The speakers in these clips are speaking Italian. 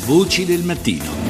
Voci del mattino.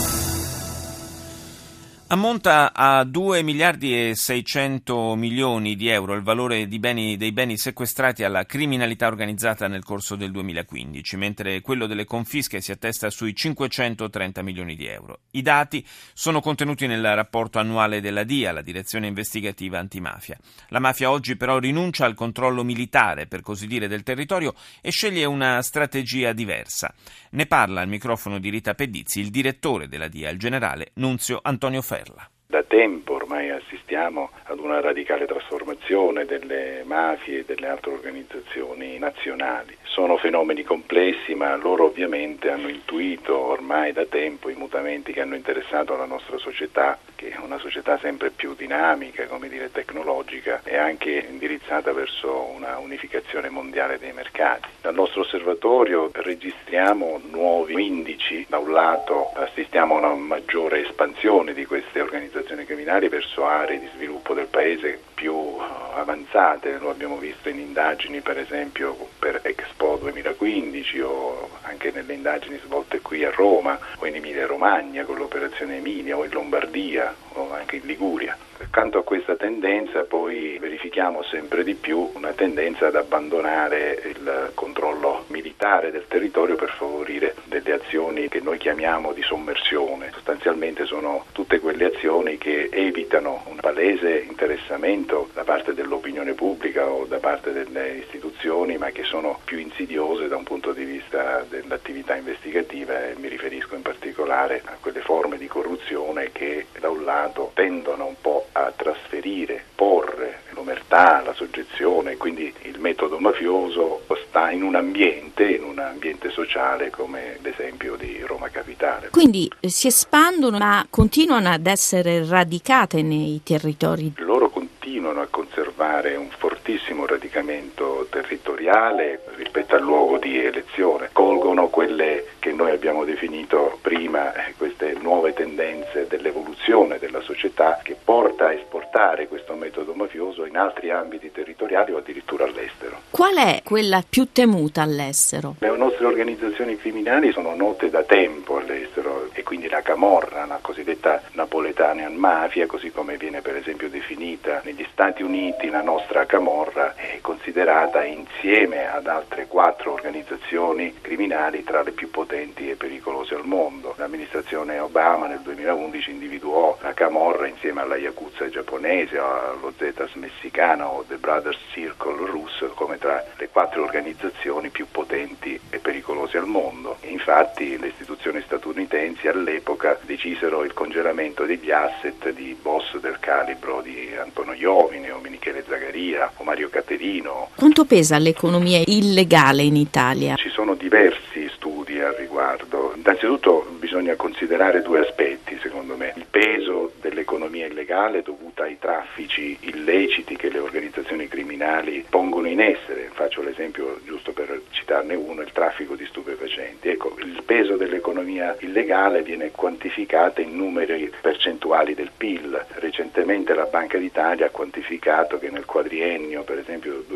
Ammonta a 2 miliardi e 600 milioni di euro il valore dei beni sequestrati alla criminalità organizzata nel corso del 2015, mentre quello delle confische si attesta sui 530 milioni di euro. I dati sono contenuti nel rapporto annuale della DIA, la Direzione Investigativa Antimafia. La mafia oggi però rinuncia al controllo militare, per così dire, del territorio e sceglie una strategia diversa. Ne parla al microfono di Rita Pedizzi il direttore della DIA, il generale Nunzio Antonio Ferla. Da tempo ormai assistiamo ad una radicale trasformazione delle mafie e delle altre organizzazioni nazionali. Sono fenomeni complessi, ma loro ovviamente hanno intuito ormai da tempo i mutamenti che hanno interessato la nostra società, che è una società sempre più dinamica, tecnologica e anche indirizzata verso una unificazione mondiale dei mercati. Dal nostro osservatorio registriamo nuovi indici. Da un lato assistiamo a una maggiore espansione di queste organizzazioni criminali verso aree di sviluppo del paese più avanzate. Lo abbiamo visto in indagini, per esempio per Expo 2015 o anche nelle indagini svolte qui a Roma o in Emilia Romagna con l'operazione Emilia o in Lombardia o anche in Liguria. Accanto a questa tendenza poi verifichiamo sempre di più una tendenza ad abbandonare il controllo militare del territorio per favorire delle azioni che noi chiamiamo di sommersione. Sostanzialmente sono tutte quelle azioni che evitano un palese interessamento da parte dell'opinione pubblica o da parte delle istituzioni, ma che sono più insidiose da un punto di vista dell'attività investigativa, e mi riferisco in particolare a quelle forme di corruzione che da un lato tendono un po' a trasferire, porre l'omertà, la soggezione, quindi il metodo mafioso sta in un ambiente sociale come l'esempio di Roma Capitale. Quindi si espandono ma continuano ad essere radicate nei territori? Loro continuano a conservare un fortissimo radicamento territoriale rispetto al luogo di elezione, colgono quelle che noi abbiamo definito prima queste nuove tendenze dell'evoluzione della società che porta a esportare questo metodo mafioso in altri ambiti territoriali o addirittura all'estero. Qual è quella più temuta all'estero? Le nostre organizzazioni criminali sono note da tempo all'estero e quindi la camorra, la cosiddetta Napoletanian Mafia, così come viene per esempio definita negli Stati Uniti, la nostra camorra è considerata insieme ad altre 4 organizzazioni criminali tra le più potenti e pericolose al mondo. L'amministrazione Obama nel 2011 individuò la camorra insieme alla Yakuza giapponese, allo Zetas messicano o The Brothers Circle russo come tra le 4 organizzazioni più potenti e pericolose al mondo. E infatti le istituzioni statunitensi all'epoca decisero il congelamento degli asset di boss del calibro di Antonio Iovine o Michele Zagaria o Mario Caterino. Quanto pesa l'economia illegale in Italia? Ci sono diversi studi al riguardo. Innanzitutto bisogna considerare 2 aspetti, secondo me. Il peso dell'economia illegale dovuta ai traffici illeciti che le organizzazioni criminali pongono in essere. Faccio l'esempio, giusto per citarne uno, il traffico di stupefacenti. Ecco, il peso dell'economia illegale viene quantificato in numeri percentuali del PIL. Recentemente la Banca d'Italia ha quantificato che nel quadriennio, per esempio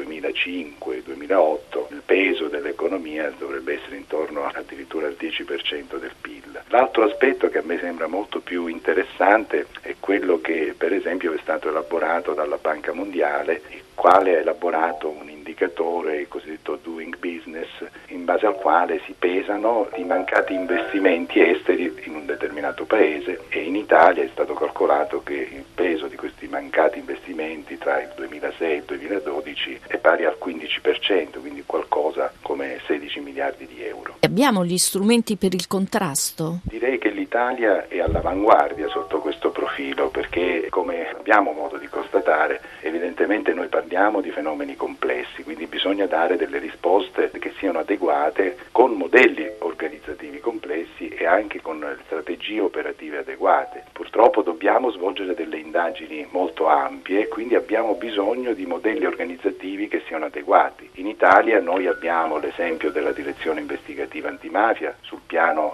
2005-2008, il peso dell'economia dovrebbe essere intorno addirittura al 10% del PIL. L'altro aspetto che a me sembra molto più interessante è quello che per esempio è stato elaborato dalla Banca Mondiale, il quale ha elaborato un indicatore, il cosiddetto doing business, in base al quale si pesano i mancati investimenti esteri in un determinato paese, e in Italia è stato calcolato che il peso di questi mancati investimenti tra il 2006 e il 2012 è pari al 15%, quindi qualcosa come 16 miliardi di euro. Abbiamo gli strumenti per il contrasto? Direi che l'Italia è all'avanguardia sotto questo profilo, perché come abbiamo modo di constatare, evidentemente noi parliamo di fenomeni complessi, quindi bisogna dare delle risposte che siano adeguate con modelli organizzativi complessi e anche con strategie operative adeguate. Purtroppo dobbiamo svolgere delle indagini molto ampie e quindi abbiamo bisogno di modelli organizzativi che siano adeguati. In Italia noi abbiamo l'esempio della Direzione Investigativa Antimafia sul piano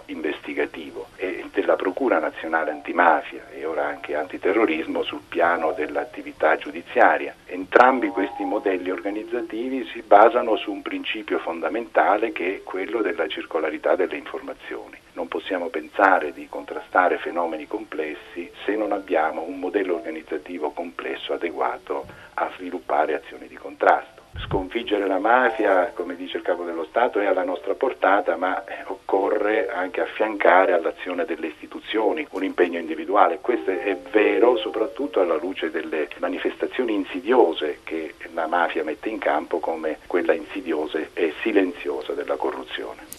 investigativo e della Procura Nazionale Antimafia e ora anche antiterrorismo sul piano dell'attività dell'attività giudiziaria. Entrambi questi modelli organizzativi si basano su un principio fondamentale che è quello della circolarità delle informazioni. Non possiamo pensare di contrastare fenomeni complessi se non abbiamo un modello organizzativo complesso adeguato a sviluppare azioni di contrasto. Sconfiggere la mafia, come dice il Capo dello Stato, è alla nostra portata, ma occorre anche affiancare all'azione delle istituzioni un impegno individuale. Questo è vero soprattutto alla luce delle manifestazioni insidiose che la mafia mette in campo, come quella insidiosa e silenziosa della corruzione.